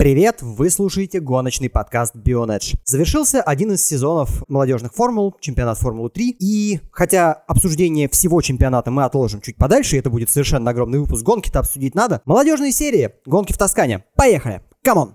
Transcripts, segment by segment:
Привет, вы слушаете гоночный подкаст Bionedge. Завершился один из сезонов молодежных формул, чемпионат Формулы 3. И хотя обсуждение всего чемпионата мы отложим чуть подальше, и это будет совершенно огромный выпуск, гонки-то обсудить надо. Молодежные серии, гонки в Тоскане. Поехали! Камон!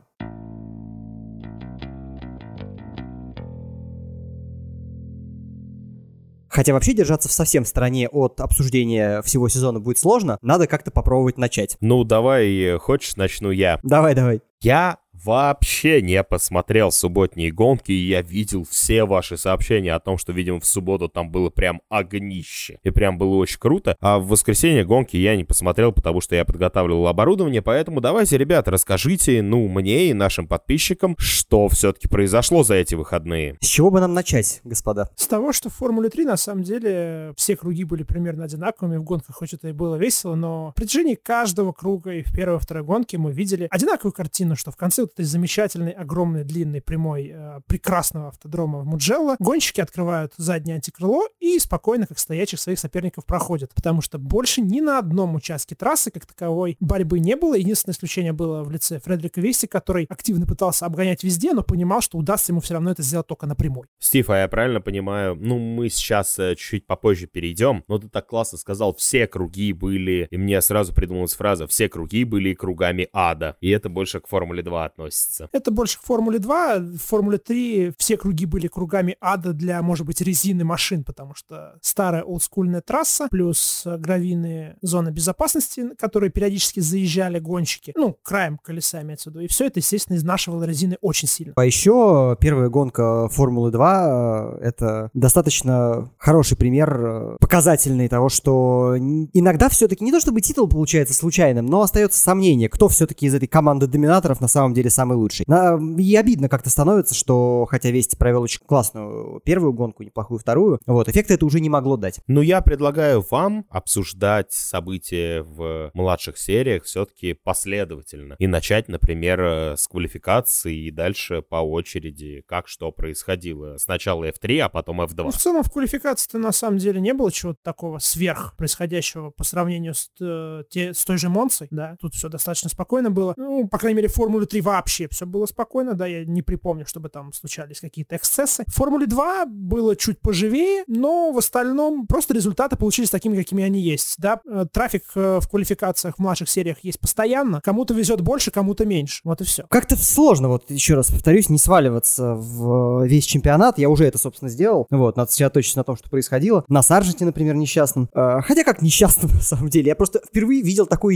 Хотя вообще держаться совсем в стороне от обсуждения всего сезона будет сложно, надо как-то попробовать начать. Ну, давай, хочешь, начну я. Давай. Я вообще не посмотрел субботние гонки, и я видел все ваши сообщения о том, что, видимо, в субботу там было прям огнище. И прям было очень круто. А в воскресенье гонки я не посмотрел, потому что я подготавливал оборудование. Поэтому давайте, ребята, расскажите, мне и нашим подписчикам, что все-таки произошло за эти выходные. С чего бы нам начать, господа? С того, что в Формуле 3, на самом деле, все круги были примерно одинаковыми. В гонках хоть это и было весело, но в протяжении каждого круга и в первой и второй гонке мы видели одинаковую картину, что в конце этой замечательной, огромной, длинной, прямой, прекрасного автодрома в Муджелло гонщики открывают заднее антикрыло и спокойно, как стоячих своих соперников, проходят. Потому что больше ни на одном участке трассы, как таковой, борьбы не было. Единственное исключение было в лице Фредерика Вести, который активно пытался обгонять везде, но понимал, что удастся ему все равно это сделать только напрямую. Стив, а я правильно понимаю, мы сейчас чуть попозже перейдем, но ты так классно сказал, все круги были, и мне сразу придумалась фраза, все круги были кругами ада, и это больше к Формуле 2 относится. Это больше к Формуле 2. В Формуле 3 все круги были кругами ада для, может быть, резины машин, потому что старая олдскульная трасса, плюс гравийные зоны безопасности, которые периодически заезжали гонщики, краем колеса имеется в виду, и все это, естественно, изнашивало резины очень сильно. А еще первая гонка Формулы 2 — это достаточно хороший пример, показательный того, что иногда все-таки не то чтобы титул получается случайным, но остается сомнение, кто все-таки из этой команды доминаторов на самом деле самый лучший. И обидно как-то становится, что хотя Вести провел очень классную первую гонку, неплохую вторую, эффекта это уже не могло дать. Я предлагаю вам обсуждать события в младших сериях все-таки последовательно. И начать, например, с квалификации и дальше по очереди, как что происходило. Сначала F3, а потом F2. В целом в квалификации-то на самом деле не было чего-то такого сверх происходящего по сравнению с той же Монцей, да. Тут все достаточно спокойно было. По крайней мере, в Формуле 3 вообще все было спокойно, да, я не припомню, чтобы там случались какие-то эксцессы. В Формуле 2 было чуть поживее, но в остальном просто результаты получились такими, какими они есть, да. Трафик в квалификациях в младших сериях есть постоянно, кому-то везет больше, кому-то меньше, вот и все. Как-то сложно, еще раз повторюсь, не сваливаться в весь чемпионат, я уже это, собственно, сделал, надо сосредоточиться на том, что происходило. На Сарженте, например, несчастном. Хотя как несчастным, на самом деле, я просто впервые видел такое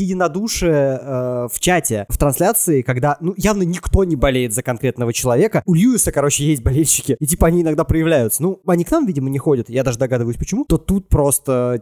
единодушие в чате, в трансляции, когда, явно никто не болеет за конкретного человека. У Льюиса, есть болельщики, и, они иногда проявляются. Они к нам, видимо, не ходят, я даже догадываюсь, почему. То тут просто,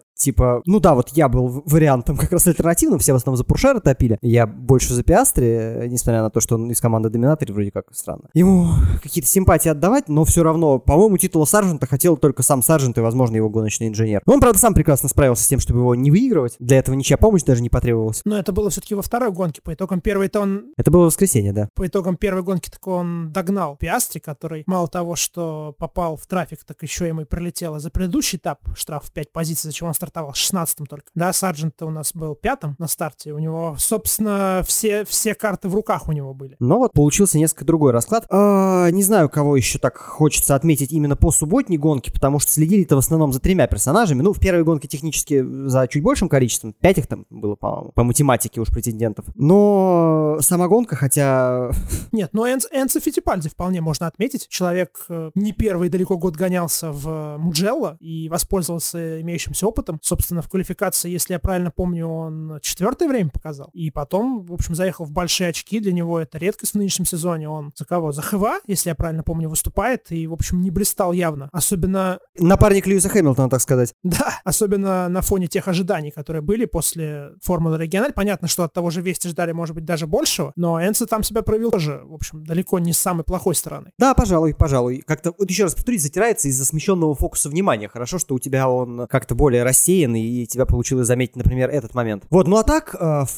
я был вариантом как раз альтернативным, все в основном за Пуршера топили. Я больше за Пиастри, несмотря на то, что он из команды Доминатор, вроде как странно. Ему какие-то симпатии отдавать, но все равно, по-моему, титула Саржента хотел только сам Саржент и, возможно, его гоночный инженер. Он, правда, сам прекрасно справился с тем, чтобы его не выигрывать. Для этого ничья помощь даже не потребовалась. Но это было все-таки во второй гонке. По итогам первой-то он... Это было воскресенье, да. По итогам первой гонки так он догнал Пиастри, который мало того, что попал в трафик, так еще ему и прилетело за предыдущий этап штраф в 5 позиций, за чего он стартовал 16-м только. Да, Сарджент у нас был 5-м на старте. У него, собственно, все карты в руках у него были. Но получился несколько другой расклад. Не знаю, кого еще так хочется отметить именно по субботней гонке, потому что следили-то в основном за 3 персонажами. В первой гонке технически за чуть большим количеством. 5 их там было, по-моему, по математике уж претендентов. Но сама гонка, хотя... Нет, Энцо Фиттипальди вполне можно отметить. Человек не первый далеко год гонялся в Муджелло и воспользовался имеющимся опытом. Собственно, в квалификации, если я правильно помню, он 4-е время показал. И потом, в общем, заехал в большие очки. Для него это редкость в нынешнем сезоне. Он за кого? За ХВ, если я правильно помню, выступает. И, в общем, не блистал явно. Особенно... Напарник Льюиса Хэмилтона, так сказать. Да, особенно на фоне тех ожиданий, которые были после Формулы Региональ. Понятно, что от того же Вести ждали, может быть, даже большего. Но Энцо там себя проявил тоже, в общем, далеко не с самой плохой стороны. Да, пожалуй. Как-то, еще раз повторюсь, затирается из-за смещенного фокуса внимания. Хорошо, что у тебя он как-то более рассеян, и тебя получилось заметить, например, этот момент. Вот, ну а так,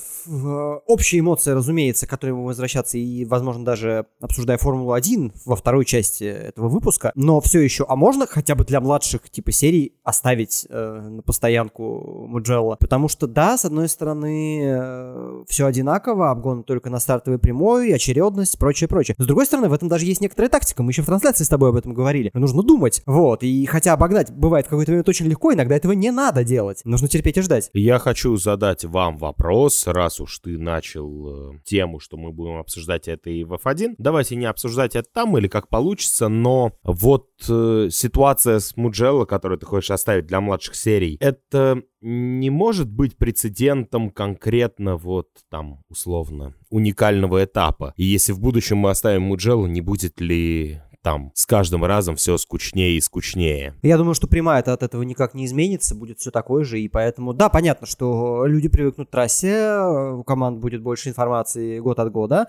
общие эмоции, разумеется, к которым мы возвращаться и, возможно, даже обсуждая Формулу-1 во второй части этого выпуска, но все еще, а можно хотя бы для младших типа серий оставить на постоянку Муджелло? Потому что, да, с одной стороны, все одинаково, обгон только на стартовой прямой, очередность, прочее. С другой стороны, в этом даже есть некоторая тактика, мы еще в трансляции с тобой об этом говорили. Нужно думать, вот, и хотя обогнать бывает в какой-то момент очень легко, иногда этого не надо делать, нужно терпеть и ждать. Я хочу задать вам вопрос, раз уж ты начал тему, что мы будем обсуждать это и в F1, давайте не обсуждать это там или как получится, но вот ситуация с Муджелло, которую ты хочешь оставить для младших серий, это не может быть прецедентом конкретно вот там, условно, уникального этапа. И если в будущем мы оставим Муджелло, не будет ли там с каждым разом все скучнее и скучнее? Я думаю, что прямая-то от этого никак не изменится, будет все такое же, и поэтому, да, понятно, что люди привыкнут к трассе, у команд будет больше информации год от года,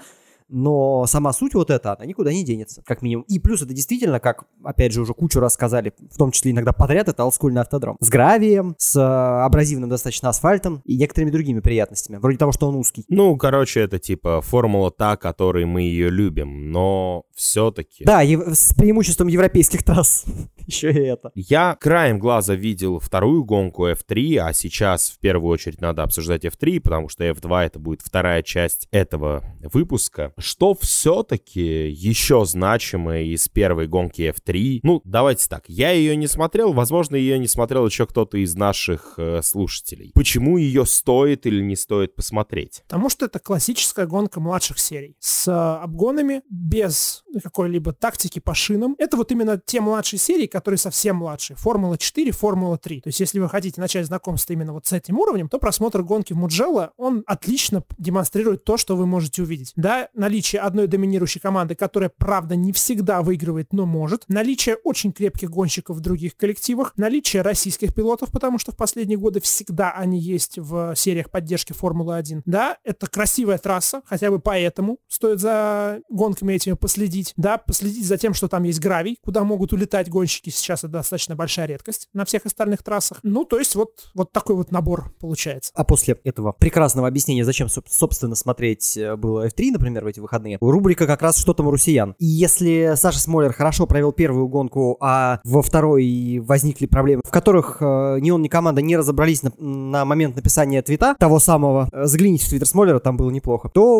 но сама суть вот эта, она никуда не денется, как минимум. И плюс это действительно, как, опять же, уже кучу раз сказали, в том числе иногда подряд, это олдскульный автодром. С гравием, с абразивным достаточно асфальтом и некоторыми другими приятностями. Вроде того, что он узкий. Ну, короче, это типа формула та, которой мы ее любим, но все-таки... Да, с преимуществом европейских трасс. Еще и это. Я краем глаза видел вторую гонку F3, а сейчас в первую очередь надо обсуждать F3, потому что F2 это будет вторая часть этого выпуска. Что все-таки еще значимое из первой гонки F3? Ну, давайте так, я ее не смотрел, возможно, ее не смотрел еще кто-то из наших слушателей. Почему ее стоит или не стоит посмотреть? Потому что это классическая гонка младших серий с обгонами, без какой-либо тактики по шинам. Это вот именно те младшие серии, которые совсем младшие. Формула 4, Формула 3. То есть, если вы хотите начать знакомство именно вот с этим уровнем, то просмотр гонки в Муджелло, он отлично демонстрирует то, что вы можете увидеть. Да, наличие одной доминирующей команды, которая, правда, не всегда выигрывает, но может. Наличие очень крепких гонщиков в других коллективах. Наличие российских пилотов, потому что в последние годы всегда они есть в сериях поддержки Формулы-1. Да, это красивая трасса, хотя бы поэтому стоит за гонками этими последить. Да, последить за тем, что там есть гравий, куда могут улетать гонщики. Сейчас это достаточно большая редкость на всех остальных трассах. Ну, то есть вот такой вот набор получается. А после этого прекрасного объяснения, зачем, собственно, смотреть было F3, например, в эти выходные, рубрика как раз «Что там у россиян?». И если Саша Смолер хорошо провел первую гонку, а во второй возникли проблемы, в которых ни он, ни команда не разобрались на момент написания твита, того самого, загляните в твиттер Смолера, там было неплохо, то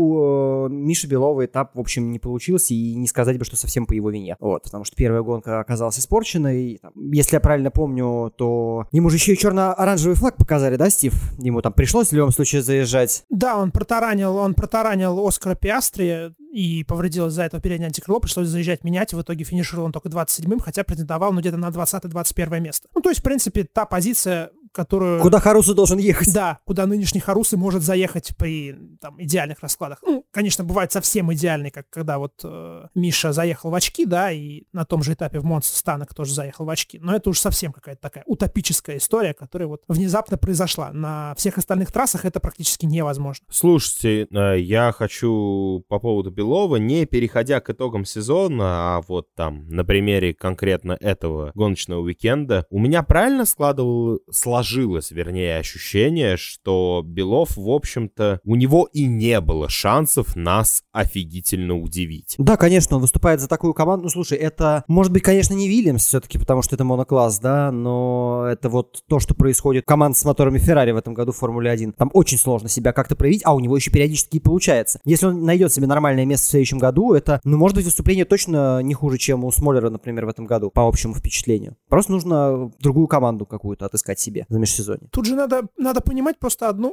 у Миши Белова этап, в общем, не получился, и не сказать бы, что совсем по его вине. Вот, потому что первая гонка оказалась испорченной. Если я правильно помню, то ему же еще и черно-оранжевый флаг показали, да, Стив? Ему там пришлось в любом случае заезжать. Да, он протаранил Оскара Пиастри и повредил из-за этого переднее антикрыло, пришлось заезжать, менять, в итоге финишировал он только 27-м, хотя претендовал, где-то на 20-21 место. Ну, то есть, в принципе, та позиция, которую... Куда Харусы должен ехать. Да, куда нынешний Харусы может заехать при там, идеальных раскладах. Ну, конечно, бывает совсем идеальный, как когда вот Миша заехал в очки, да, и на том же этапе в Монце Станок тоже заехал в очки. Но это уж совсем какая-то такая утопическая история, которая вот внезапно произошла. На всех остальных трассах это практически невозможно. Слушайте, я хочу по поводу Белова, не переходя к итогам сезона, а вот там на примере конкретно этого гоночного уикенда, у меня правильно сложилось, вернее, ощущение, что Белов, в общем-то, у него и не было шансов нас офигительно удивить. Да, конечно, он выступает за такую команду. Ну, слушай, это, может быть, конечно, не Вильямс все-таки, потому что это монокласс, да, но это вот то, что происходит команд с моторами Феррари в этом году в Формуле 1. Там очень сложно себя как-то проявить, а у него еще периодически и получается. Если он найдет себе нормальное место в следующем году, это, ну, может быть, выступление точно не хуже, чем у Смолера, например, в этом году, по общему впечатлению. Просто нужно другую команду какую-то отыскать себе за межсезонье. Тут же надо понимать просто один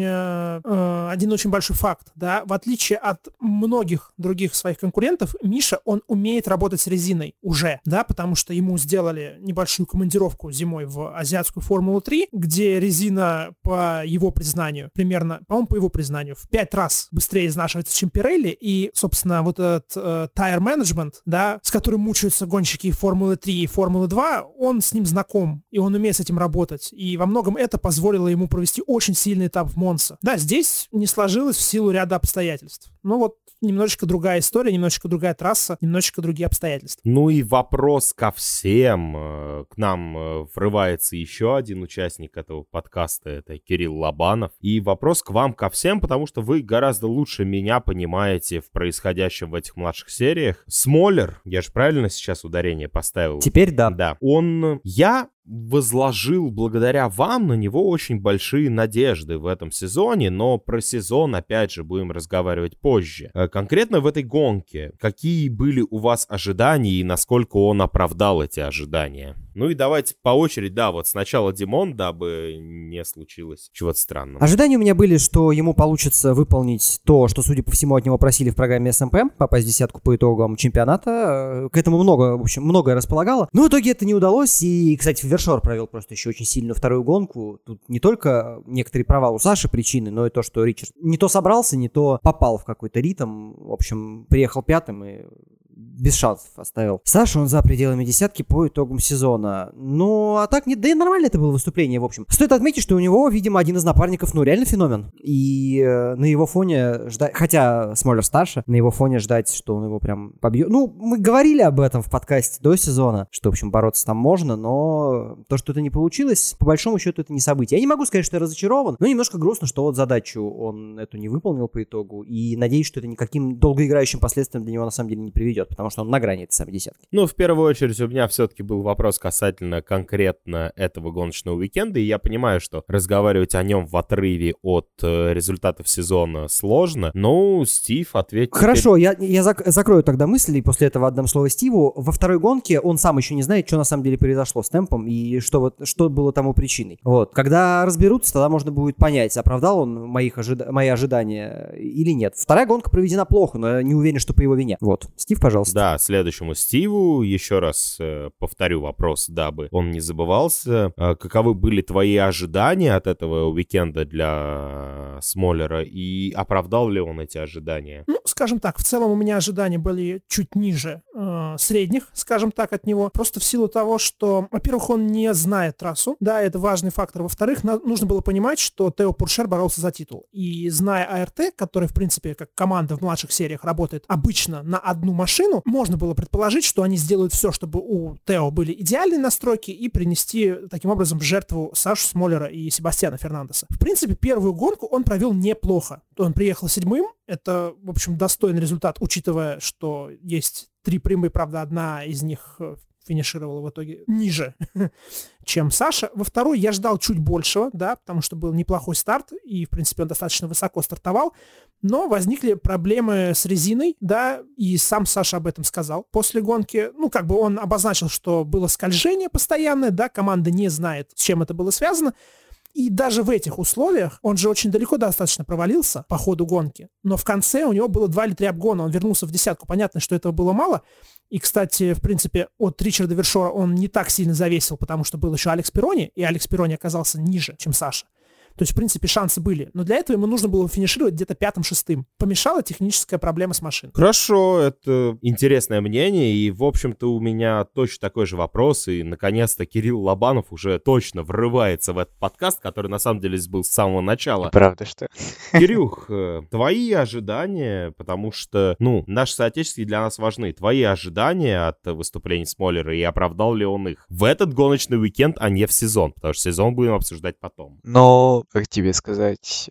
очень большой факт, да, в отличие от многих других своих конкурентов, Миша, он умеет работать с резиной уже, да, потому что ему сделали небольшую командировку зимой в азиатскую Формулу-3, где резина, по его признанию, примерно, по-моему, по его признанию, в 5 раз быстрее изнашивается, чем Пирелли, и, собственно, вот этот tire management, да, с которым мучаются гонщики Формулы-3 и Формулы-2, он с ним знаком, и он умеет с этим работать. И И во многом это позволило ему провести очень сильный этап в Монце. Да, здесь не сложилось в силу ряда обстоятельств. Но вот немножечко другая история, немножечко другая трасса, немножечко другие обстоятельства. Ну и вопрос ко всем. К нам врывается еще один участник этого подкаста, это Кирилл Лобанов. И вопрос к вам ко всем, потому что вы гораздо лучше меня понимаете в происходящем в этих младших сериях. Смолер, я же правильно сейчас ударение поставил? Теперь да. Да. Я возложил благодаря вам на него очень большие надежды в этом сезоне, но про сезон, опять же, будем разговаривать позже. Конкретно в этой гонке, какие были у вас ожидания и насколько он оправдал эти ожидания? Ну и давайте по очереди, да, вот сначала Димон, дабы не случилось чего-то странного. Ожидания у меня были, что ему получится выполнить то, что, судя по всему, от него просили в программе СМП, попасть в десятку по итогам чемпионата. К этому многое располагало. Но в итоге это не удалось, и, кстати, Вершор провел просто еще очень сильную вторую гонку. Тут не только некоторый провал у Саши причины, но и то, что Ричард не то собрался, не то попал в какой-то ритм. В общем, приехал пятым и без шансов оставил Сашу, он за пределами десятки по итогам сезона. Ну, а так, да и нормально это было выступление, в общем. Стоит отметить, что у него, видимо, один из напарников, реально феномен. И на его фоне ждать, хотя Смолер старше, на его фоне ждать, что он его прям побьет. Ну, мы говорили об этом в подкасте до сезона, что, в общем, бороться там можно, но то, что это не получилось, по большому счету, это не событие. Я не могу сказать, что я разочарован, но немножко грустно, что вот задачу он эту не выполнил по итогу, и надеюсь, что это никаким долгоиграющим последствиям для него на самом деле не приведет, потому что он на грани этой самой десятки. Ну, в первую очередь, у меня все-таки был вопрос касательно конкретно этого гоночного уикенда, и я понимаю, что разговаривать о нем в отрыве от результатов сезона сложно, но Стив ответил... Хорошо, я закрою тогда мысли, и после этого отдам слово Стиву. Во второй гонке он сам еще не знает, что на самом деле произошло с темпом, и что было тому причиной. Вот. Когда разберутся, тогда можно будет понять, оправдал он мои ожидания или нет. Вторая гонка проведена плохо, но я не уверен, что по его вине. Вот. Стив, пожалуйста. Да, следующему Стиву еще раз повторю вопрос, дабы он не забывался. Каковы были твои ожидания от этого уикенда для Смолера, и оправдал ли он эти ожидания? Ну, скажем так, в целом у меня ожидания были чуть ниже средних, скажем так, от него. Просто в силу того, что, во-первых, он не знает трассу. Да, это важный фактор. Во-вторых, нужно было понимать, что Тео Пуршер боролся за титул. И зная АРТ, который, в принципе, как команда в младших сериях работает обычно на одну машину, можно было предположить, что они сделают все, чтобы у Тео были идеальные настройки и принести таким образом в жертву Сашу Смолера и Себастьяна Фернандеса. В принципе, первую гонку он провел неплохо. Он приехал седьмым. Это, в общем, достойный результат, учитывая, что есть 3 прямые, правда, одна из них финишировала в итоге ниже, чем Саша. Во второй я ждал чуть большего, да, потому что был неплохой старт, и, в принципе, он достаточно высоко стартовал, но возникли проблемы с резиной, да, и сам Саша об этом сказал после гонки. Ну, как бы он обозначил, что было скольжение постоянное, да, команда не знает, с чем это было связано. И даже в этих условиях он же очень далеко достаточно провалился по ходу гонки. Но в конце у него было 2 или 3 обгона, он вернулся в десятку. Понятно, что этого было мало. И, кстати, в принципе, от Ричарда Вершора он не так сильно завесил, потому что был еще Алекс Пирони, и Алекс Пирони оказался ниже, чем Саша. То есть, в принципе, шансы были. Но для этого ему нужно было финишировать где-то 5-6. Помешала техническая проблема с машиной. Хорошо, это интересное мнение. И, в общем-то, у меня точно такой же вопрос. И, наконец-то, Кирилл Лобанов уже точно врывается в этот подкаст, который, на самом деле, был с самого начала. Правда, что? Кирюх, твои ожидания, потому что, наши соотечественники для нас важны. Твои ожидания от выступлений Смолера, и оправдал ли он их в этот гоночный уикенд, а не в сезон? Потому что сезон будем обсуждать потом. Но, как тебе сказать,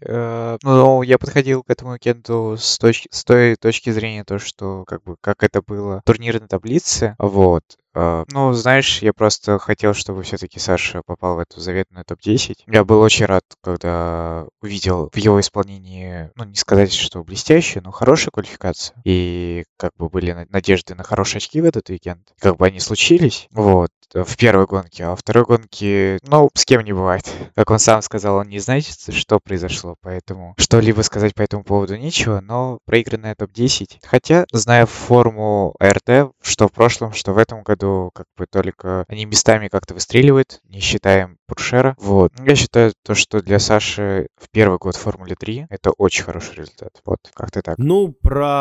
я подходил к этому уикенду с той точки зрения, то, что, как это было в турнирной таблице, вот. Знаешь, я просто хотел, чтобы все-таки Саша попал в эту заветную топ-10. Я был очень рад, когда увидел в его исполнении, не сказать, что блестящую, но хорошую квалификацию. И были надежды на хорошие очки в этот уикенд. Они случились, вот, в первой гонке. А во второй гонке, с кем не бывает. Как он сам сказал, он не знает, что произошло, поэтому что-либо сказать по этому поводу нечего, но проигранная топ-10. Хотя, зная форму АРТ, что в прошлом, что в этом году, только они местами как-то выстреливают, не считаем Пуршера. Вот. Я считаю, что для Саши в первый год в Формуле 3 это очень хороший результат. Вот, как-то так. Про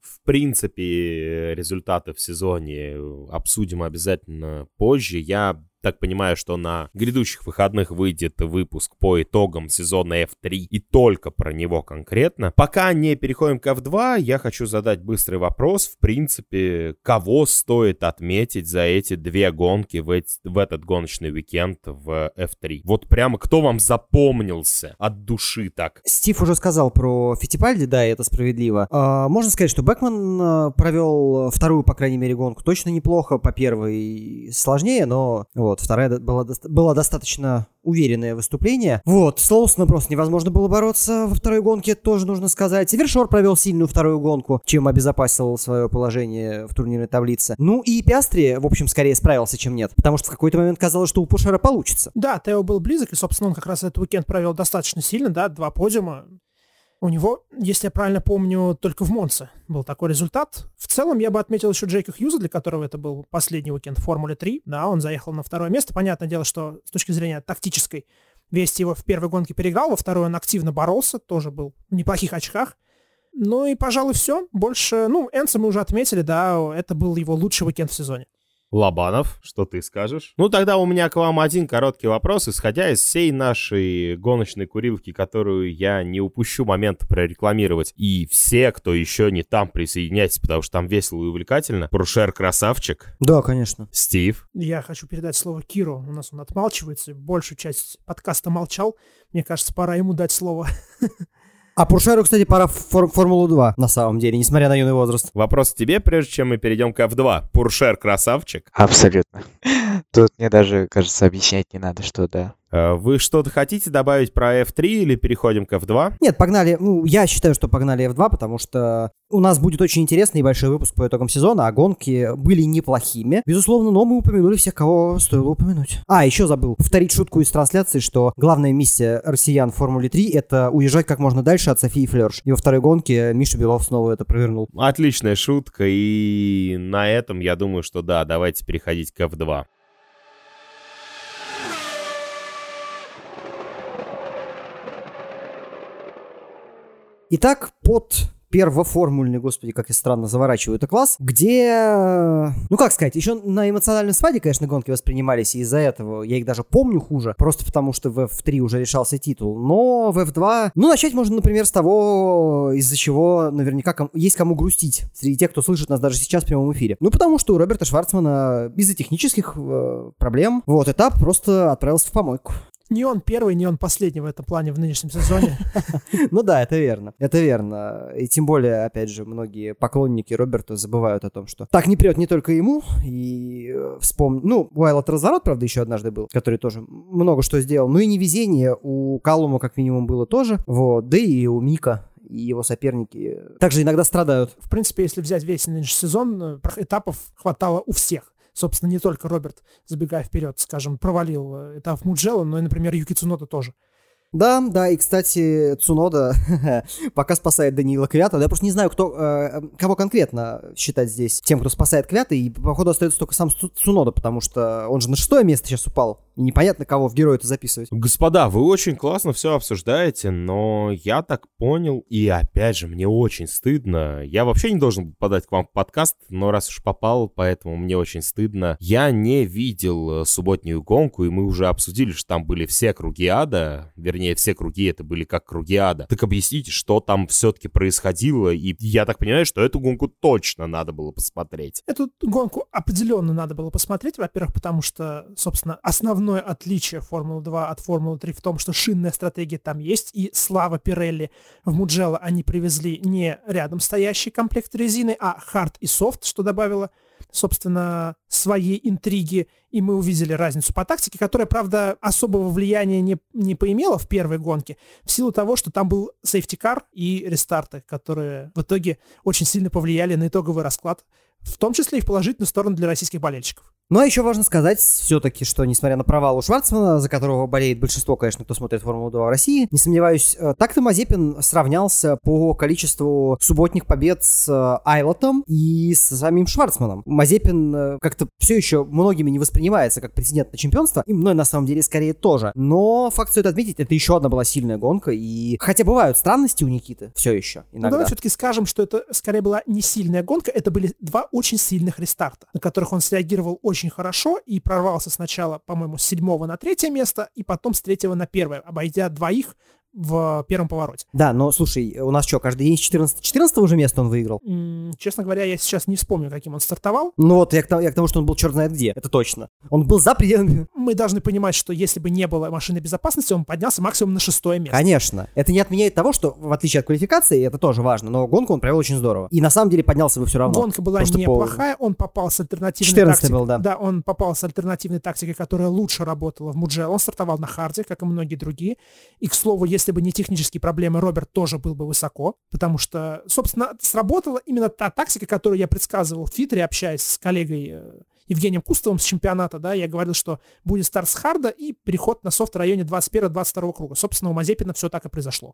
В принципе, результаты в сезоне обсудим обязательно позже. Я так понимаю, что на грядущих выходных выйдет выпуск по итогам сезона F3 и только про него конкретно. Пока не переходим к F2, я хочу задать быстрый вопрос. В принципе, кого стоит отметить за эти две гонки в этот гоночный уикенд в F3? Вот прямо кто вам запомнился от души так? Стив уже сказал про Фиттипальди, да, и это справедливо. Можно сказать, что Бэкман провел вторую, по крайней мере, гонку точно неплохо, по первой сложнее, но вот, вторая была достаточно уверенное выступление. Вот, с Лоусоном просто невозможно было бороться во второй гонке, тоже нужно сказать. Вершор провел сильную вторую гонку, чем обезопасил свое положение в турнирной таблице. Ну и Пиастри, в общем, скорее справился, чем нет, потому что в какой-то момент казалось, что у Пушера получится. Да, Тео был близок, и, собственно, он как раз этот уикенд провел достаточно сильно, да, 2 подиума. У него, если я правильно помню, только в Монце был такой результат. В целом, я бы отметил еще Джейка Хьюза, для которого это был последний уикенд в Формуле 3. Да, он заехал на второе место. Понятное дело, что с точки зрения тактической, Вести его в первой гонке переиграл, во второй он активно боролся, тоже был в неплохих очках. Ну и, пожалуй, все. Больше, Энса мы уже отметили, да, это был его лучший уикенд в сезоне. Лобанов, что ты скажешь? Ну, тогда у меня к вам один короткий вопрос. Исходя из всей нашей гоночной курилки, которую я не упущу момента прорекламировать, и все, кто еще не там, присоединяйтесь, потому что там весело и увлекательно. Пуршер красавчик. Да, конечно. Стив. Я хочу передать слово Киру. У нас он отмалчивается, большую часть подкаста молчал. Мне кажется, пора ему дать слово. А Пуршеру, кстати, пора в Формулу 2, на самом деле, несмотря на юный возраст. Вопрос тебе, прежде чем мы перейдем к F2. Пуршер красавчик? Абсолютно. Тут мне даже, кажется, объяснять не надо, что да. Вы что-то хотите добавить про F3 или переходим к F2? Нет, погнали. Я считаю, что погнали F2, потому что у нас будет очень интересный и большой выпуск по итогам сезона, а гонки были неплохими, безусловно, но мы упомянули всех, кого стоило упомянуть. Еще забыл повторить шутку из трансляции, что главная миссия россиян в Формуле 3 — это уезжать как можно дальше от Софии Флерш. И во второй гонке Миша Белов снова это провернул. Отличная шутка, и на этом я думаю, что да, давайте переходить к F2. Итак, под первоформульный, господи, как я странно заворачиваю это класс, где, как сказать, еще на эмоциональном спаде, конечно, гонки воспринимались, и из-за этого я их даже помню хуже, просто потому что в F3 уже решался титул, но в F2, начать можно, например, с того, из-за чего наверняка есть кому грустить среди тех, кто слышит нас даже сейчас в прямом эфире. Потому что у Роберта Шварцмана из-за технических проблем, этап просто отправился в помойку. Не он первый, не он последний в этом плане в нынешнем сезоне. Ну да, это верно. Это верно. И тем более, опять же, многие поклонники Роберта забывают о том, что так не прет не только ему. И вспомни... Уайлот разворот, правда, еще однажды был, который тоже много что сделал. И невезение у Каллума, как минимум, было тоже. Да и у Мика. И его соперники также иногда страдают. В принципе, если взять весь нынешний сезон, этапов хватало у всех. Собственно, не только Роберт, забегая вперед, скажем, провалил этап в Муджелло, но и, например, Юки Цунода тоже. Да, и, кстати, Цунода пока спасает Даниила Квята. Я просто не знаю, кого конкретно считать здесь тем, кто спасает Квята, и, походу, остается только сам Цунода, потому что он же на 6-е место сейчас упал, и непонятно, кого в героя-то записывать. Господа, вы очень классно все обсуждаете, но я так понял, и опять же, мне очень стыдно. Я вообще не должен подать к вам подкаст, но раз уж попал, поэтому мне очень стыдно. Я не видел субботнюю гонку, и мы уже обсудили, что там были все круги ада, вернее, все круги это были как круги ада. Так объясните, что там все-таки происходило, и я так понимаю, что эту гонку точно надо было посмотреть. Эту гонку определенно надо было посмотреть, во-первых, потому что, собственно, основное отличие Формулы 2 от Формулы 3 в том, что шинная стратегия там есть, и слава Пирелли, в Муджелло они привезли не рядом стоящий комплект резины, а хард и софт, что добавило, собственно, своей интриги, и мы увидели разницу по тактике, которая, правда, особого влияния не поимела в первой гонке, в силу того, что там был сейфти-кар и рестарты, которые в итоге очень сильно повлияли на итоговый расклад в том числе и в положительную сторону для российских болельщиков. Ну, а еще важно сказать все-таки, что, несмотря на провал у Шварцмана, за которого болеет большинство, конечно, кто смотрит Формулу-2 в России, не сомневаюсь, так-то Мазепин сравнялся по количеству субботних побед с Айлотом и с самим Шварцманом. Мазепин как-то все еще многими не воспринимается как претендент на чемпионство, и мной на самом деле скорее тоже. Но факт стоит отметить, это еще одна была сильная гонка, и хотя бывают странности у Никиты, все еще иногда. Ну, давай все-таки скажем, что это скорее была не сильная гонка, это были два очень сильных рестарта, на которых он среагировал очень хорошо и прорвался сначала, по-моему, с 7-го на 3-е место, и потом с 3-го на 1-е, обойдя двоих в первом повороте. Да, но слушай, у нас что, каждый день с 14 уже место он выиграл? Честно говоря, я сейчас не вспомню, каким он стартовал. Ну вот, я к тому, что он был черт знает где, это точно. Он был за пределами. Мы должны понимать, что если бы не было машины безопасности, он поднялся максимум на 6-е место. Конечно. Это не отменяет того, что, в отличие от квалификации, это тоже важно, но гонку он провел очень здорово. И на самом деле поднялся бы все равно. Гонка была неплохая, он попал с альтернативной 14 тактикой. был, да. Да, он попал с альтернативной тактикой, которая лучше работала в Муджелло. Он стартовал на харде, как и многие другие. И, к слову, если бы не технические проблемы, Роберт тоже был бы высоко, потому что, собственно, сработала именно та тактика, которую я предсказывал в Твиттере, общаясь с коллегой Евгением Кустовым с чемпионата, да, я говорил, что будет старт с харда и переход на софт в районе 21-22 круга. Собственно, у Мазепина все так и произошло.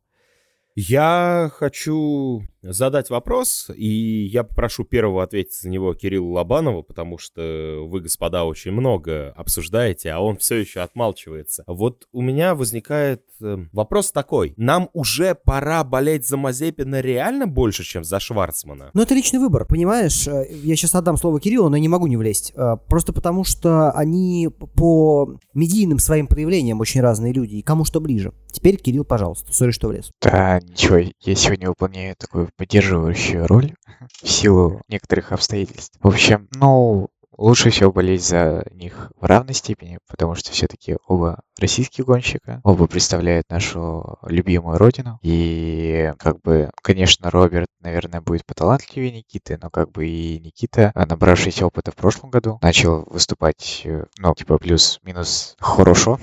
Я хочу задать вопрос, и я попрошу первого ответить за него Кирилла Лобанова, потому что вы, господа, очень много обсуждаете, а он все еще отмалчивается. Вот у меня возникает вопрос такой. Нам уже пора болеть за Мазепина реально больше, чем за Шварцмана? Ну, это личный выбор, понимаешь? Я сейчас отдам слово Кириллу, но не могу не влезть. Просто потому, что они по медийным своим проявлениям очень разные люди, и кому что ближе. Теперь, Кирилл, пожалуйста, сори, что влез. Да, ничего, я сегодня выполняю такую поддерживающую роль в силу некоторых обстоятельств. В общем, лучше всего болеть за них в равной степени, потому что все-таки оба российских гонщика, оба представляют нашу любимую родину. И, конечно, Роберт, наверное, будет поталантливее Никиты, но и Никита, набравшийся опыта в прошлом году, начал выступать, плюс-минус хорошо.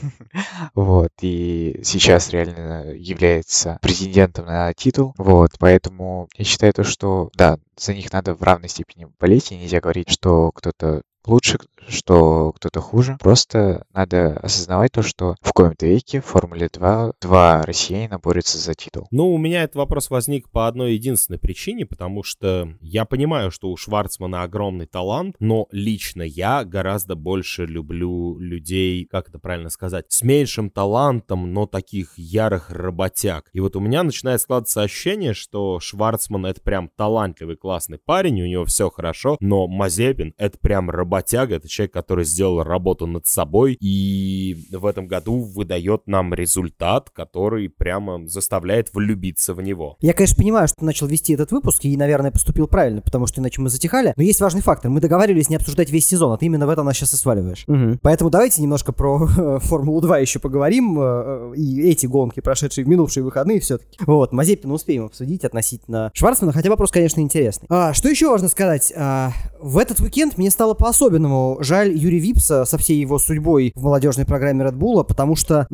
Вот, и сейчас реально является претендентом на титул. Вот, поэтому я считаю что, да, за них надо в равной степени болеть, и нельзя говорить, что кто-то лучше, что кто-то хуже. Просто надо осознавать то, что в коем-то веке в Формуле 2 два россиянина борются за титул. У меня этот вопрос возник по одной единственной причине, потому что я понимаю, что у Шварцмана огромный талант, но лично я гораздо больше люблю людей, как это правильно сказать, с меньшим талантом, но таких ярых работяг. И вот у меня начинает складываться ощущение, что Шварцман — это прям талантливый, классный парень, у него все хорошо, но Мазепин — это прям работяга, это человек, который сделал работу над собой и в этом году выдает нам результат, который прямо заставляет влюбиться в него. Я, конечно, понимаю, что ты начал вести этот выпуск и, наверное, поступил правильно, потому что иначе мы затихали, но есть важный фактор. Мы договаривались не обсуждать весь сезон, а ты именно в этом нас сейчас и сваливаешь. Угу. Поэтому давайте немножко про Формулу-2 еще поговорим, и эти гонки, прошедшие в минувшие выходные все-таки. Вот, Мазепина успеем обсудить относительно Шварцмана, хотя вопрос, конечно, интересный. Что еще важно сказать? В этот уикенд мне стало по-особенному жаль Юрия Випса со всей его судьбой в молодежной программе Red Bull, потому что,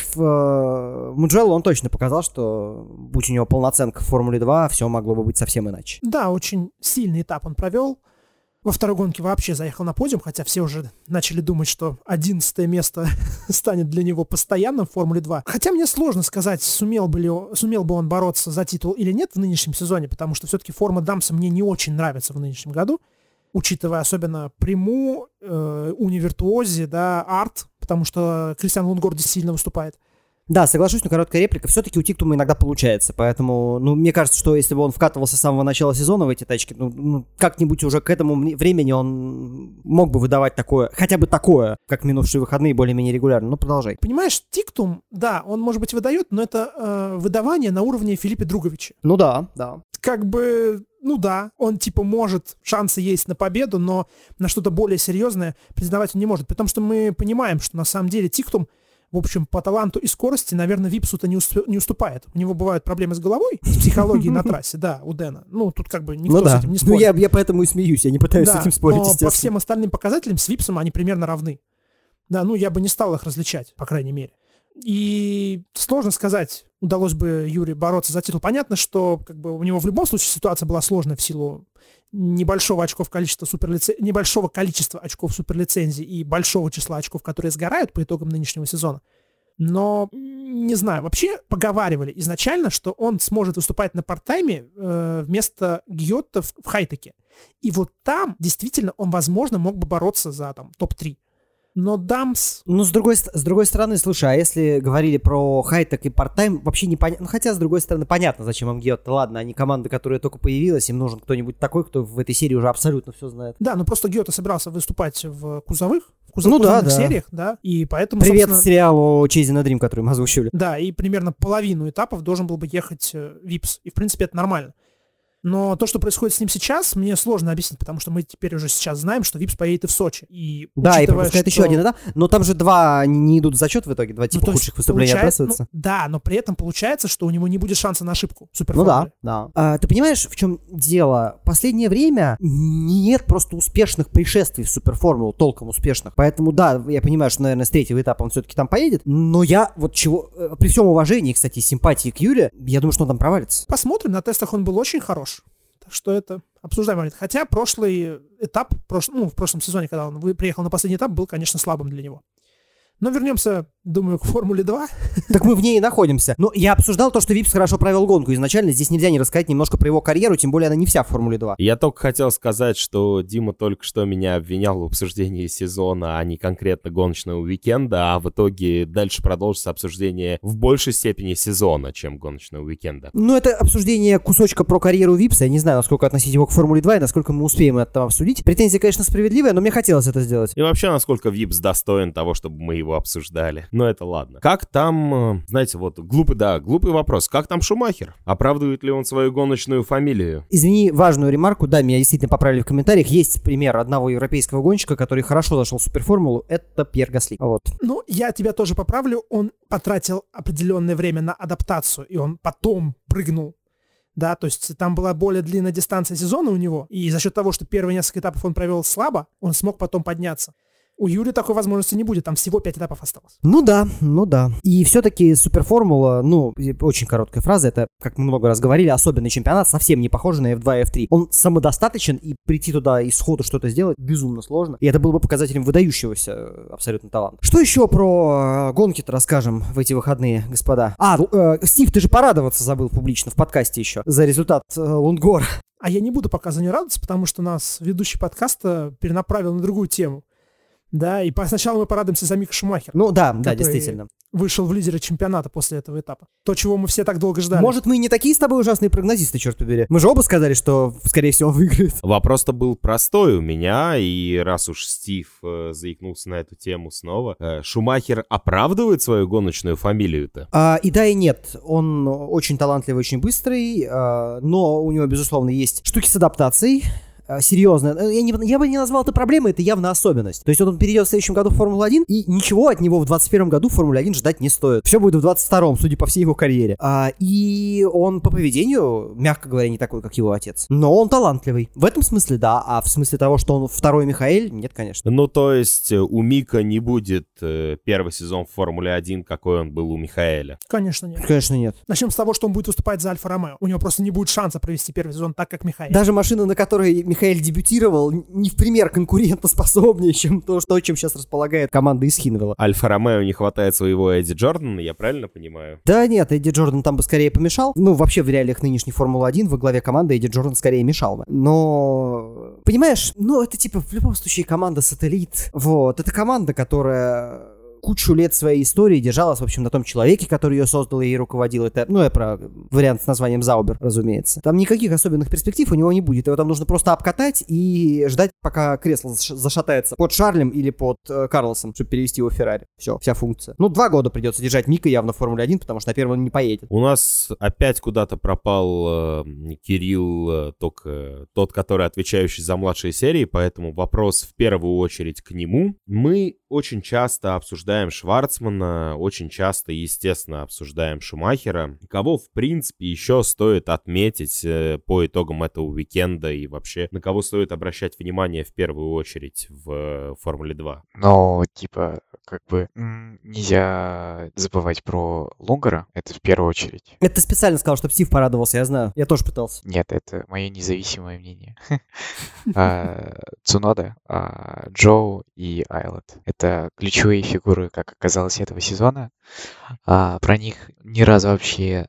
в Муджелло он точно показал, что, будь у него полноценка в Формуле 2, все могло бы быть совсем иначе. Да, очень сильный этап он провел. Во второй гонке вообще заехал на подиум, хотя все уже начали думать, что 11 место станет для него постоянным в Формуле 2. Хотя мне сложно сказать, сумел бы он бороться за титул или нет в нынешнем сезоне, потому что все-таки форма Дамса мне не очень нравится в нынешнем году, учитывая особенно Приму, Унивиртуози, да, Арт, потому что Кристиан Лунгорди сильно выступает. Да, соглашусь, но короткая реплика. Все-таки у Тиктума иногда получается. Поэтому, мне кажется, что если бы он вкатывался с самого начала сезона в эти тачки, как-нибудь уже к этому времени он мог бы выдавать такое, хотя бы такое, как минувшие выходные, более-менее регулярно. Ну, продолжай. Понимаешь, Тиктум, да, он, может быть, выдает, но это выдавание на уровне Филиппа Друговича. Ну да. Да, он может, шансы есть на победу, но на что-то более серьезное признавать он не может. Потому что мы понимаем, что на самом деле Тиктум, в общем, по таланту и скорости, наверное, Випсу-то не уступает. У него бывают проблемы с головой, с психологией на трассе, да, у Дэна. Тут никто с этим не спорит. Я поэтому и смеюсь, я не пытаюсь с этим спорить, но естественно. по всем остальным показателям с Випсом они примерно равны. Да, я бы не стал их различать, по крайней мере. И сложно сказать, удалось бы Юрию бороться за титул. Понятно, что у него в любом случае ситуация была сложная в силу небольшого количества очков суперлицензий и большого числа очков, которые сгорают по итогам нынешнего сезона. Но, не знаю, вообще поговаривали изначально, что он сможет выступать на парт-тайме вместо Гьотта в Хайтеке. И вот там действительно он, возможно, мог бы бороться за там топ-3. Но Дамс... Ну, с другой стороны, слушай, а если говорили про хайтек и парт-тайм, вообще непонятно. Ну, хотя, с другой стороны, понятно, зачем им Гьотта. Ладно, они команда, которая только появилась, им нужен кто-нибудь такой, кто в этой серии уже абсолютно все знает. Да, ну просто Гьотта собирался выступать в кузовых сериях, да, и поэтому, Привет собственно... сериалу Chasing a Dream, который мы озвучивали. Да, и примерно половину этапов должен был бы ехать Випс, и, в принципе, это нормально. Но то, что происходит с ним сейчас, мне сложно объяснить, потому что мы теперь уже сейчас знаем, что Випс поедет и в Сочи. И, да, и пропускает еще один этап, но там же два не идут в зачет в итоге, два типа худших выступлений отбрасываются. Да, но при этом получается, что у него не будет шанса на ошибку в суперформуле. Ну да. Ты понимаешь, в чем дело? Последнее время нет просто успешных пришествий в суперформулу, толком успешных. Поэтому да, я понимаю, что, наверное, с третьего этапа он все-таки там поедет, но я вот при всем уважении, кстати, симпатии к Юле, я думаю, что он там провалится. Посмотрим, на тестах он был очень хорош. Так что это обсуждаемый момент. Хотя прошлый этап, в прошлом сезоне, когда он приехал на последний этап, был, конечно, слабым для него. Но вернемся, думаю, к Формуле 2. Так мы в ней и находимся. Но я обсуждал то, что Випс хорошо провел гонку изначально. Здесь нельзя не рассказать немножко про его карьеру, тем более она не вся в Формуле 2. Я только хотел сказать, что Дима только что меня обвинял в обсуждении сезона, а не конкретно гоночного уикенда, а в итоге дальше продолжится обсуждение в большей степени сезона, чем гоночного уикенда. Ну, это обсуждение кусочка про карьеру Випса. Я не знаю, насколько относить его к Формуле 2 и насколько мы успеем это там обсудить. Претензия, конечно, справедливая, но мне хотелось это сделать. И вообще, насколько Випс достоин того, чтобы мы его обсуждали. Но это ладно. Как там, знаете, вот глупый вопрос. Как там Шумахер? Оправдывает ли он свою гоночную фамилию? Извини, важную ремарку. Да, меня действительно поправили в комментариях. Есть пример одного европейского гонщика, который хорошо зашел в суперформулу. Это Пьер Гасли. Вот. Ну, я тебя тоже поправлю. Он потратил определенное время на адаптацию, и он потом прыгнул. Да, то есть там была более длинная дистанция сезона у него, и за счет того, что первые несколько этапов он провел слабо, он смог потом подняться. У Юли такой возможности не будет, там всего 5 этапов осталось. Ну да. И все-таки суперформула, очень короткая фраза, это, как мы много раз говорили, особенный чемпионат, совсем не похож на F2 и F3. Он самодостаточен, и прийти туда и сходу что-то сделать безумно сложно. И это было бы показателем выдающегося абсолютно таланта. Что еще про гонки-то расскажем в эти выходные, господа? Стив, ты же порадоваться забыл публично в подкасте еще за результат Лундгора. А я не буду пока за нее радоваться, потому что нас ведущий подкаста перенаправил на другую тему. Да, и сначала мы порадуемся за Мика Шумахера. Ну да, действительно. Вышел в лидеры чемпионата после этого этапа. То, чего мы все так долго ждали. Может, мы не такие с тобой ужасные прогнозисты, черт побери. Мы же оба сказали, что, скорее всего, он выиграет. Вопрос-то был простой у меня, и раз уж Стив заикнулся на эту тему снова, Шумахер оправдывает свою гоночную фамилию-то? И да, и нет. Он очень талантливый, очень быстрый, но у него, безусловно, есть штуки с адаптацией. Серьезно, я бы не назвал это проблемой, это явно особенность. То есть он перейдет в следующем году в Формулу-1, и ничего от него в 2021 году в Формуле-1 ждать не стоит. Все будет в 2022, судя по всей его карьере. И он по поведению, мягко говоря, не такой, как его отец. Но он талантливый. В этом смысле да, а в смысле того, что он второй Михаэль, нет, конечно. Ну, то есть у Мика не будет первый сезон в Формуле-1, какой он был у Михаэля? Конечно нет. Конечно нет. Начнем с того, что он будет выступать за Альфа-Ромео. У него просто не будет шанса провести первый сезон так, как Михаэль. Даже машина, на которой Михаэль дебютировал, не в пример конкурентоспособнее, чем то, чем сейчас располагает команда из Хинвелла. Альфа-Ромео не хватает своего Эдди Джордана, я правильно понимаю? Да нет, Эдди Джордан там бы скорее помешал. Ну, вообще в реалиях нынешней Формулы-1 во главе команды Эдди Джордан скорее мешал бы. Но, понимаешь, это типа в любом случае команда-сателлит. Вот, это команда, которая кучу лет своей истории держалась, в общем, на том человеке, который ее создал и руководил. Это, я про вариант с названием Заубер, разумеется. Там никаких особенных перспектив у него не будет. Его там нужно просто обкатать и ждать, пока кресло зашатается под Шарлем или под Карлосом, чтобы перевести его в Феррари. Все, вся функция. 2 года придется держать Мика явно в Формуле 1, потому что на первом он не поедет. У нас опять куда-то пропал Кирилл, только тот, который отвечающий за младшие серии, поэтому вопрос в первую очередь к нему. Мы очень часто обсуждаем Шварцмана, очень часто, естественно, обсуждаем Шумахера. Кого, в принципе, еще стоит отметить по итогам этого уикенда и вообще на кого стоит обращать внимание в первую очередь в Формуле 2? как бы нельзя забывать про Лунгара, это в первую очередь. Это ты специально сказал, чтобы Стив порадовался, я знаю. Я тоже пытался. Нет, это мое независимое мнение. Цунода, Джоу и Айлот. Это ключевые фигуры, как оказалось, этого сезона. Про них ни разу вообще...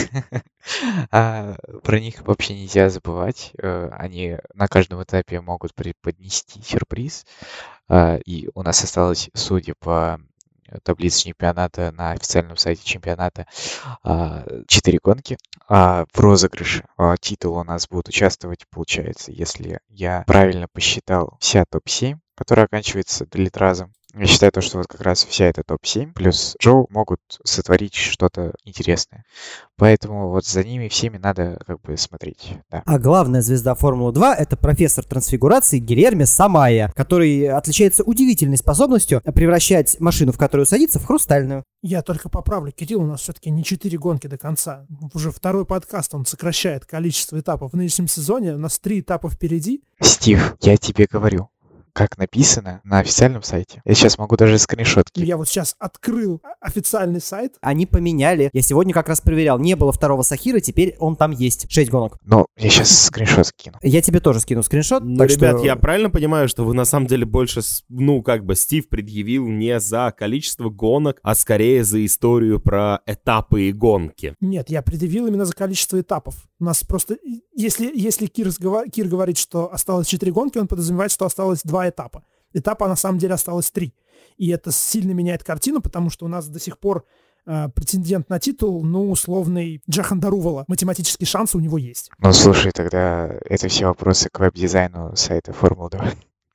Про них вообще нельзя забывать. Они на каждом этапе могут преподнести сюрприз. И у нас осталось, судя по таблице чемпионата на официальном сайте чемпионата, 4 гонки. В розыгрыше титула у нас будут участвовать, получается, если я правильно посчитал, вся топ-7, которая оканчивается делитразом. Я считаю, что вот как раз вся эта топ-7 плюс Джоу могут сотворить что-то интересное. Поэтому вот за ними всеми надо как бы смотреть. Да. А главная звезда Формулы-2 — это профессор трансфигурации Гильерме Самайя, который отличается удивительной способностью превращать машину, в которую садится, в хрустальную. Я только поправлю, Кирилл, у нас все-таки не 4 гонки до конца. Уже второй подкаст, он сокращает количество этапов в нынешнем сезоне. У нас 3 этапа впереди. Стив, я тебе говорю, как написано на официальном сайте. Я сейчас могу даже скриншотки. Я вот сейчас открыл официальный сайт. Они поменяли. Я сегодня как раз проверял. Не было второго Сахира, теперь он там есть. 6 гонок. Но я сейчас скриншот скину. Я тебе тоже скину скриншот. Ну, так ребят, что... я правильно понимаю, что вы на самом деле больше, Стив предъявил не за количество гонок, а скорее за историю про этапы и гонки? Нет, я предъявил именно за количество этапов. У нас просто, если Кир говорит, что осталось 4 гонки, он подразумевает, что осталось 2 этапа. Этапа на самом деле осталось 3. И это сильно меняет картину, потому что у нас до сих пор претендент на титул, условный Джахан Дарувала. Математические шансы у него есть. Ну, слушай, тогда это все вопросы к веб-дизайну сайта Формулы-2.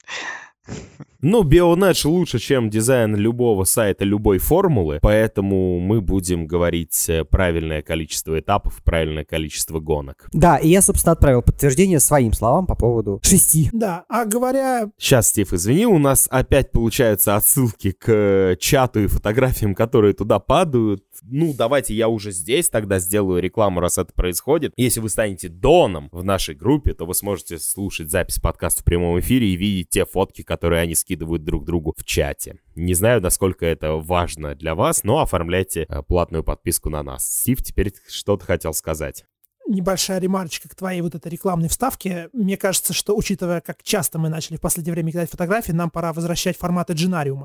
Bionedge лучше, чем дизайн любого сайта, любой формулы, поэтому мы будем говорить правильное количество этапов, правильное количество гонок. Да, и я, собственно, отправил подтверждение своим словам по поводу 6. Да, а говоря... Сейчас, Стив, извини, у нас опять получаются отсылки к чату и фотографиям, которые туда падают. Давайте я уже здесь тогда сделаю рекламу, раз это происходит. Если вы станете доном в нашей группе, то вы сможете слушать запись подкаста в прямом эфире и видеть те фотки, которые они скидывают друг другу в чате. Не знаю, насколько это важно для вас, но оформляйте платную подписку на нас. Стив, теперь что ты хотел сказать? Небольшая ремарочка к твоей вот этой рекламной вставке. Мне кажется, что, учитывая, как часто мы начали в последнее время кидать фотографии, нам пора возвращать форматы Дженариума.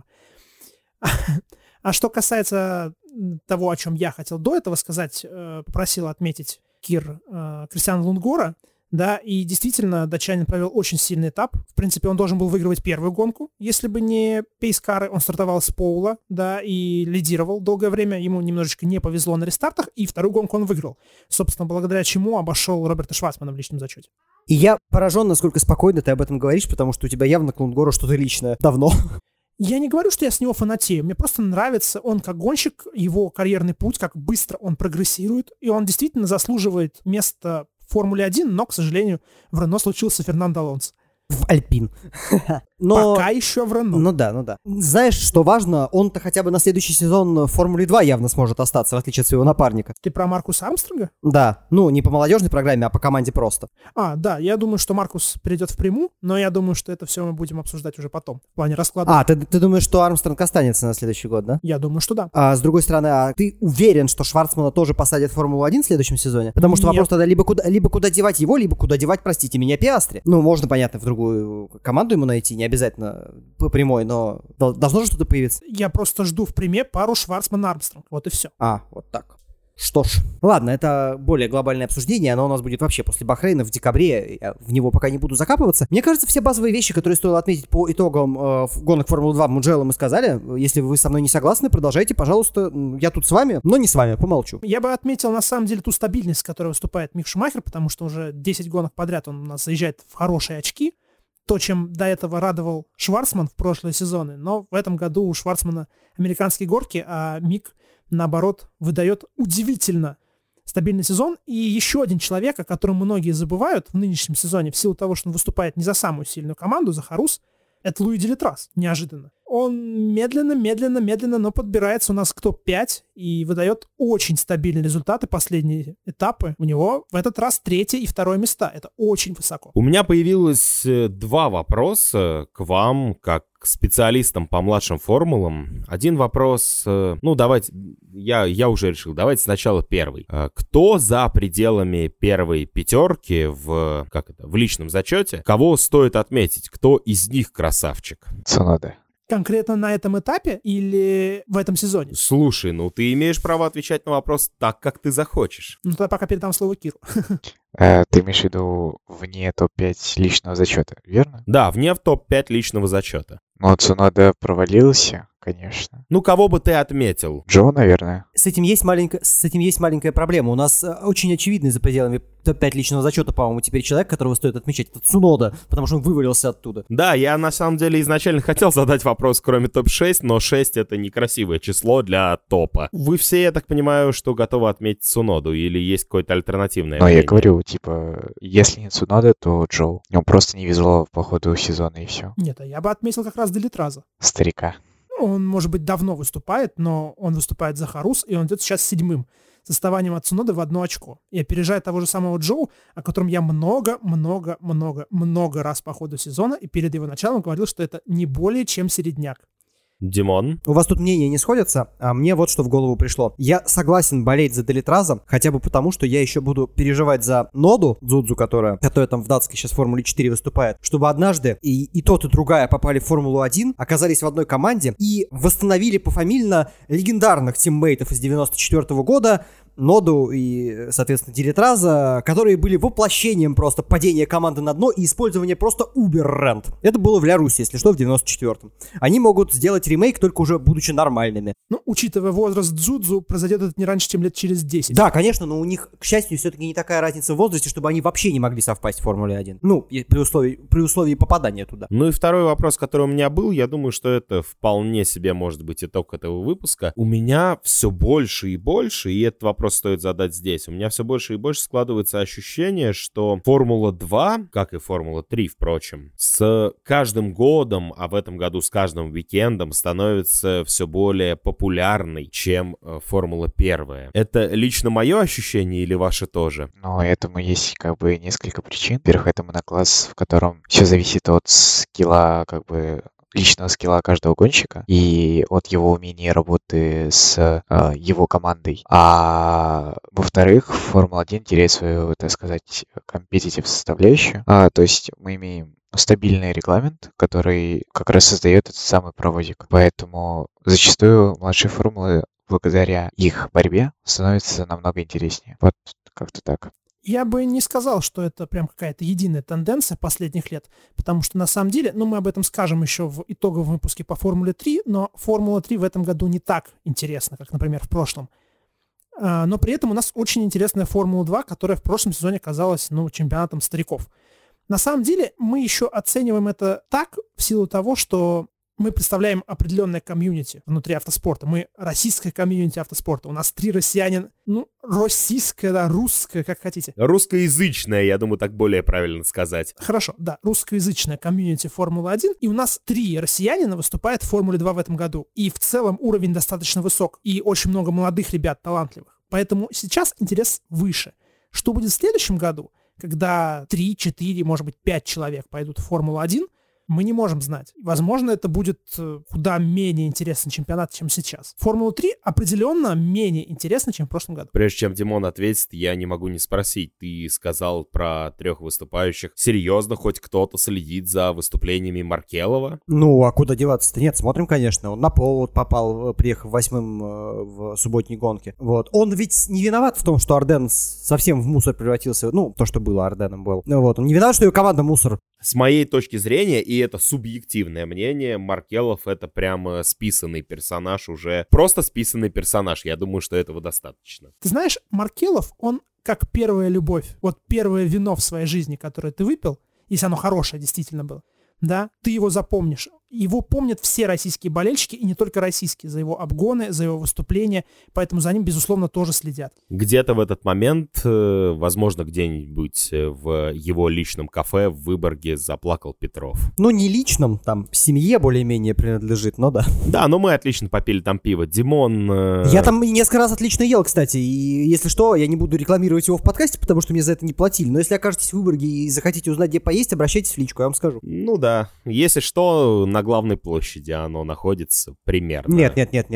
А что касается того, о чем я хотел до этого сказать, попросил отметить Кир Кристиана Лунгора, да, и действительно, датчанин провел очень сильный этап. В принципе, он должен был выигрывать первую гонку, если бы не пейскары. Он стартовал с поула, да, и лидировал долгое время. Ему немножечко не повезло на рестартах, и вторую гонку он выиграл. Собственно, благодаря чему обошел Роберта Шварцмана в личном зачете. И я поражен, насколько спокойно ты об этом говоришь, потому что у тебя явно к Лунгору что-то личное давно. Я не говорю, что я с него фанатею. Мне просто нравится он как гонщик, его карьерный путь, как быстро он прогрессирует, и он действительно заслуживает места в Формуле 1, но, к сожалению, в Рено случился Фернандо Алонсо. В Альпин. Пока еще в Рено. Ну да. Знаешь, что важно, он-то хотя бы на следующий сезон в Формуле 2 явно сможет остаться, в отличие от своего напарника. Ты про Маркуса Армстронга? Да, не по молодежной программе, а по команде просто. Да, я думаю, что Маркус перейдет в Приму, но я думаю, что это все мы будем обсуждать уже потом, в плане расклада. Ты думаешь, что Армстронг останется на следующий год, да? Я думаю, что да. А с другой стороны, ты уверен, что Шварцмана тоже посадят в Формулу-1 в следующем сезоне? Потому что вопрос тогда либо куда девать его, либо куда девать, простите меня, Пиастри. Можно, понятно, в другую команду ему найти, не обязательно по прямой, но должно же что-то появиться. Я просто жду в Приме пару Шварцман-Армстронг, вот и все. Вот так. Что ж, ладно, это более глобальное обсуждение, оно у нас будет вообще после Бахрейна в декабре, я в него пока не буду закапываться. Мне кажется, все базовые вещи, которые стоило отметить по итогам гонок Формулы-2 в Муджелло, мы сказали. Если вы со мной не согласны, продолжайте, пожалуйста. Я тут с вами, но не с вами, помолчу. Я бы отметил, на самом деле, ту стабильность, с которой выступает Мик Шумахер, потому что уже 10 гонок подряд он у нас заезжает в хорошие очки. То, чем до этого радовал Шварцман в прошлые сезоны, но в этом году у Шварцмана американские горки, а Мик, наоборот, выдает удивительно стабильный сезон. И еще один человек, о котором многие забывают в нынешнем сезоне, в силу того, что он выступает не за самую сильную команду, за Харус, это Луи Делитрас, неожиданно. Он медленно, но подбирается у нас к топ-5 и выдает очень стабильные результаты. Последние этапы у него в этот раз 3-е и 2-е места. Это очень высоко. У меня появилось 2 вопроса к вам, как к специалистам по младшим формулам. Один вопрос, давайте, я уже решил, давайте сначала первый. Кто за пределами первой 5 в личном зачете, кого стоит отметить? Кто из них красавчик? Цунода. Конкретно на этом этапе или в этом сезоне? Слушай, ты имеешь право отвечать на вопрос так, как ты захочешь. Тогда пока передам слово Киру. Ты имеешь в виду вне топ-5 личного зачета, верно? Да, вне в топ-5 личного зачета. Цунода провалился, конечно. Кого бы ты отметил? Джо, наверное. С этим есть маленькая проблема. У нас очень очевидный за пределами топ-5 личного зачета, по-моему, теперь человек, которого стоит отмечать. Это Цунода, потому что он вывалился оттуда. Да, я на самом деле изначально хотел задать вопрос, кроме топ-6, но 6 это некрасивое число для топа. Вы все, я так понимаю, что готовы отметить Цуноду, или есть какое-то альтернативное мнение? Я говорю, если не Цунода, то Джо. Он просто не везло по ходу сезона и все. Нет, я бы отметил как раз Делитраза. Старика. Он, может быть, давно выступает, но он выступает за Харус, и он идет сейчас 7-м, с отставанием от Цуноды в 1 очко. И опережает того же самого Джоу, о котором я много раз по ходу сезона и перед его началом говорил, что это не более чем середняк. Димон? У вас тут мнения не сходятся, а мне вот что в голову пришло. Я согласен болеть за Делитраза, хотя бы потому, что я еще буду переживать за Ноду Дзудзу, которая там в датской сейчас Формуле 4 выступает, чтобы однажды и тот, и другая попали в Формулу 1, оказались в одной команде и восстановили пофамильно легендарных тиммейтов из 94 года, Ноду и, соответственно, Делитраза, которые были воплощением просто падения команды на дно и использования просто Uber-рент. Это было в Лярусе, если что, в 94-м. Они могут сделать ремейк, только уже будучи нормальными. Учитывая возраст Дзудзу, произойдет это не раньше, чем лет через 10. Да, конечно, но у них, к счастью, все-таки не такая разница в возрасте, чтобы они вообще не могли совпасть в Формуле 1. При условии попадания туда. И второй вопрос, который у меня был, я думаю, что это вполне себе может быть итог этого выпуска. У меня все больше и больше, и этот вопрос стоит задать здесь. У меня все больше и больше складывается ощущение, что Формула 2, как и Формула 3, впрочем, с каждым годом, а в этом году с каждым уикендом, становится все более популярной, чем Формула 1. Это лично мое ощущение или ваше тоже? Этому есть несколько причин. Во-первых, это монокласс, в котором все зависит от скилла, личного скилла каждого гонщика и от его умения работы с его командой. А во-вторых, Формула-1 теряет свою, так сказать, компетитив составляющую. То есть мы имеем стабильный регламент, который как раз создает этот самый проводик. Поэтому зачастую младшие формулы, благодаря их борьбе, становятся намного интереснее. Вот как-то так. Я бы не сказал, что это прям какая-то единая тенденция последних лет, потому что на самом деле, мы об этом скажем еще в итоговом выпуске по Формуле 3, но Формула 3 в этом году не так интересна, как, например, в прошлом. Но при этом у нас очень интересная Формула 2, которая в прошлом сезоне казалась, чемпионатом стариков. На самом деле мы еще оцениваем это так в силу того, что мы представляем определенное комьюнити внутри автоспорта. Мы российское комьюнити автоспорта. У нас 3 россиянин, российское, да, русское, как хотите. Русскоязычное, я думаю, так более правильно сказать. Хорошо, да, русскоязычное комьюнити Формулы-1. И у нас 3 россиянина выступают в Формуле 2 в этом году. И в целом уровень достаточно высок. И очень много молодых ребят, талантливых. Поэтому сейчас интерес выше. Что будет в следующем году, когда 3, 4, может быть, 5 человек пойдут в Формулу-1, мы не можем знать. Возможно, это будет куда менее интересный чемпионат, чем сейчас. Формула-3 определенно менее интересна, чем в прошлом году. Прежде чем Димон ответит, я не могу не спросить. Ты сказал про 3 выступающих. Серьезно, хоть кто-то следит за выступлениями Маркелова? А куда деваться-то? Нет, смотрим, конечно. Он на пол попал, приехав 8-м в субботней гонке. Он ведь не виноват в том, что Арден совсем в мусор превратился. То, что было Арденом был. Он не виноват, что его команда мусор. С моей точки зрения, и это субъективное мнение, Маркелов — это прямо списанный персонаж уже. Просто списанный персонаж. Я думаю, что этого достаточно. Ты знаешь, Маркелов, он как первая любовь. Первое вино в своей жизни, которое ты выпил, если оно хорошее действительно было, да, ты его запомнишь. его помнят все российские болельщики, и не только российские, за его обгоны, за его выступления, поэтому за ним, безусловно, тоже следят. Где-то в этот момент, возможно, где-нибудь в его личном кафе в Выборге заплакал Петров. Ну, не личном, там, семье более-менее принадлежит, но да. Да, но мы отлично попили там пиво. Димон... Я там несколько раз отлично ел, кстати, и если что, я не буду рекламировать его в подкасте, потому что мне за это не платили, но если окажетесь в Выборге и захотите узнать, где поесть, обращайтесь в личку, я вам скажу. Ну да, если что, на главной площади оно находится примерно. Нет,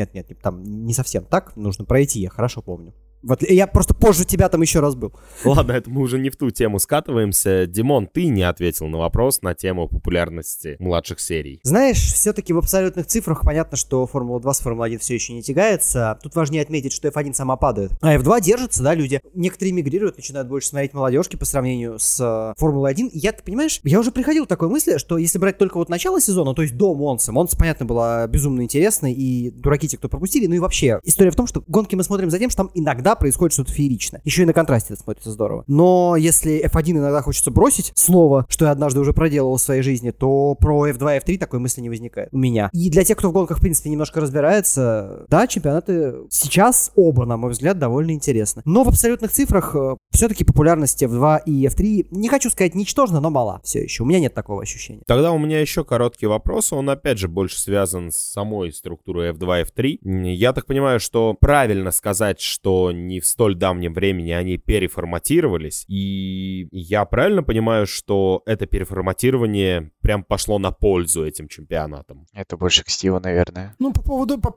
там не совсем так, нужно пройти, я хорошо помню. Я просто позже тебя там еще раз был. Ладно, это мы уже не в ту тему скатываемся. Димон, ты не ответил на вопрос на тему популярности младших серий. Знаешь, все-таки в абсолютных цифрах понятно, что Формула-2 с Формулой-1 все еще не тягается. Тут важнее отметить, что F1 сама падает. А F2 держится, да, люди. Некоторые мигрируют, начинают больше смотреть молодежки по сравнению с Формулой-1. И я, ты понимаешь, я уже приходил к такой мысли, что если брать только вот начало сезона, то есть до Монцы, понятно, была безумно интересной, и дураки те, кто пропустили, ну и вообще. История в том, что гонки мы смотрим за тем, что там иногда происходит что-то фееричное. Еще и на контрасте это смотрится здорово. Но если F1 иногда хочется бросить снова, что я однажды уже проделал в своей жизни, то про F2 и F3 такой мысли не возникает у меня. И для тех, кто в гонках, в принципе, немножко разбирается, да, чемпионаты сейчас оба, на мой взгляд, довольно интересны. Но в абсолютных цифрах все-таки популярность F2 и F3, не хочу сказать ничтожна, но мала все еще. У меня нет такого ощущения. Тогда у меня еще короткий вопрос. Он, опять же, больше связан с самой структурой F2 и F3. Я так понимаю, что правильно сказать, что не в столь давнем времени они переформатировались. И я правильно понимаю, что это переформатирование прям пошло на пользу этим чемпионатам? Это больше к Стиву, наверное. Ну, по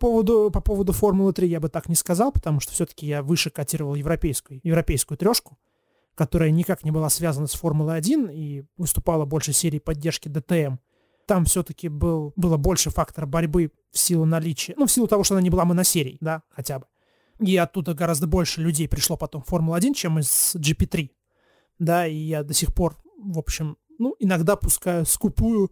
поводу Формулы 3 я бы так не сказал, потому что все-таки я выше котировал европейскую трешку, которая никак не была связана с Формулой 1 и выступала больше серии поддержки ДТМ. Там все-таки было больше фактора борьбы в силу наличия, в силу того, что она не была моносерией, да, хотя бы. И оттуда гораздо больше людей пришло потом в Формулу-1, чем из GP3. Да, и я до сих пор, в общем, иногда пускаю скупую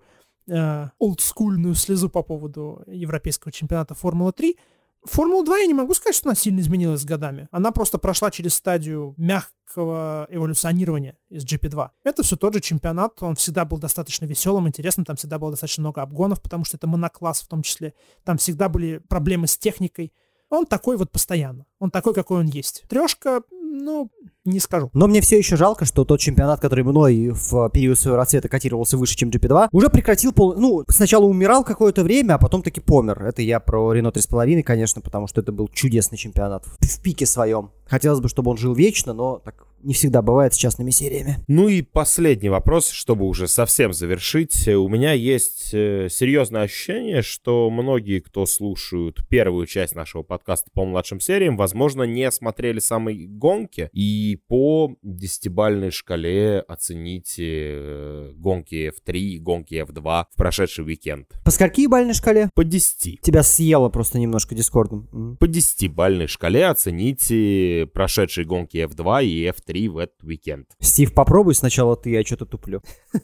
олдскульную слезу по поводу европейского чемпионата Формулы-3. Формула-2 я не могу сказать, что она сильно изменилась с годами. Она просто прошла через стадию мягкого эволюционирования из GP2. Это все тот же чемпионат, он всегда был достаточно веселым, интересным, там всегда было достаточно много обгонов, потому что это монокласс в том числе. Там всегда были проблемы с техникой. Он такой вот постоянно. Он такой, какой он есть. Трешка, не скажу. Но мне все еще жалко, что тот чемпионат, который мной в период своего расцвета котировался выше, чем GP2, уже прекратил сначала умирал какое-то время, а потом таки помер. Это я про Рено 3,5, конечно, потому что это был чудесный чемпионат в пике своем. Хотелось бы, чтобы он жил вечно, но так не всегда бывает с частными сериями. Ну и последний вопрос, чтобы уже совсем завершить. У меня есть серьезное ощущение, что многие, кто слушают первую часть нашего подкаста по младшим сериям, возможно, не смотрели самой гонки. И по 10-бальной шкале оцените гонки F3 и гонки F2 в прошедший уикенд. По скольки бальной шкале? По 10. Тебя съело просто немножко дискордом. По 10-бальной шкале оцените прошедшие гонки F2 и F3 в этот уикенд. Стив, попробуй сначала ты, я что-то туплю.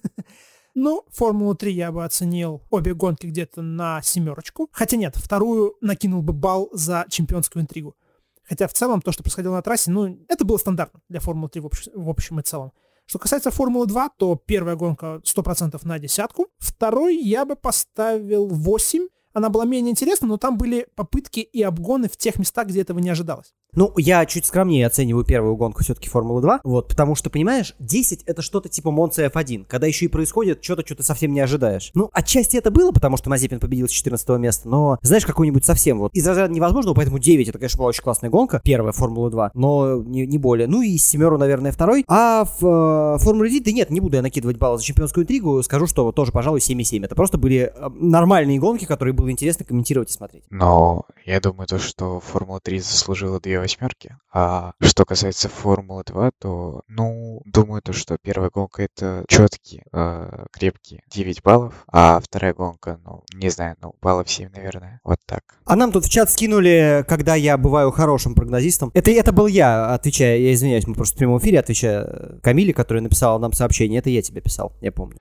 Формулу-3 я бы оценил обе гонки где-то на 7. Хотя нет, вторую накинул бы балл за чемпионскую интригу. Хотя в целом то, что происходило на трассе, это было стандартно для Формулы-3 в общем и целом. Что касается Формулы-2, то первая гонка 100% на 10. Второй я бы поставил 8. Она была менее интересна, но там были попытки и обгоны в тех местах, где этого не ожидалось. Я чуть скромнее оцениваю первую гонку все-таки Формулы-2, потому что, понимаешь, 10 это что-то типа Монца F1, когда еще и происходит что-то совсем не ожидаешь. Отчасти это было, потому что Мазепин победил с 14 места, но, знаешь, какой-нибудь совсем из разряда невозможного, поэтому 9 это, конечно, была очень классная гонка, первая Формулы-2, но не более. И 7, наверное, второй. А в Формуле-1, да нет, не буду я накидывать баллы за чемпионскую интригу, скажу, что тоже, пожалуй, 7,7. Это просто были нормальные гонки, которые было интересно комментировать и смотреть. Но я думаю, что Формула-3 заслужила 2 восьмерки. А что касается Формулы-2, то, думаю, что первая гонка это четкие, крепкие 9 баллов, а вторая гонка, не знаю, баллов 7, наверное. Вот так. А нам тут в чат скинули, когда я бываю хорошим прогнозистом. Это был я, отвечая, я извиняюсь, мы просто в прямом эфире, отвечая Камиле, которая написала нам сообщение. Это я тебе писал, я помню.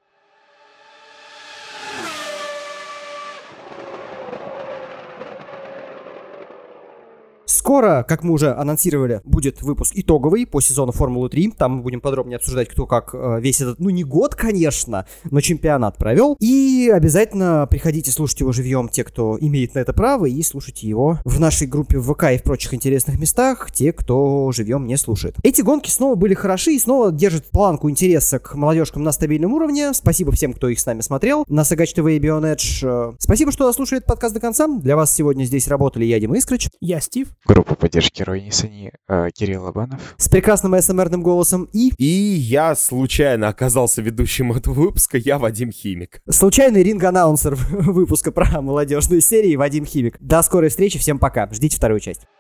Скоро, как мы уже анонсировали, будет выпуск итоговый по сезону Формулы-3. Там мы будем подробнее обсуждать, кто как весь этот, не год, конечно, но чемпионат провел. И обязательно приходите слушать его живьем, те, кто имеет на это право, и слушайте его в нашей группе в ВК и в прочих интересных местах, те, кто живьем не слушает. Эти гонки снова были хороши и снова держат планку интереса к молодежкам на стабильном уровне. Спасибо всем, кто их с нами смотрел на Сагач ТВ и Bionedge. Спасибо, что слушали этот подкаст до конца. Для вас сегодня здесь работали я, Дима Искрыч. Я Стив. Группа поддержки Ройнисани, Кирилл Лобанов. С прекрасным АСМРным голосом и я случайно оказался ведущим этого выпуска, я Вадим Химик. Случайный ринг-аннаунсер выпуска про молодежную серию Вадим Химик. До скорой встречи, всем пока. Ждите вторую часть.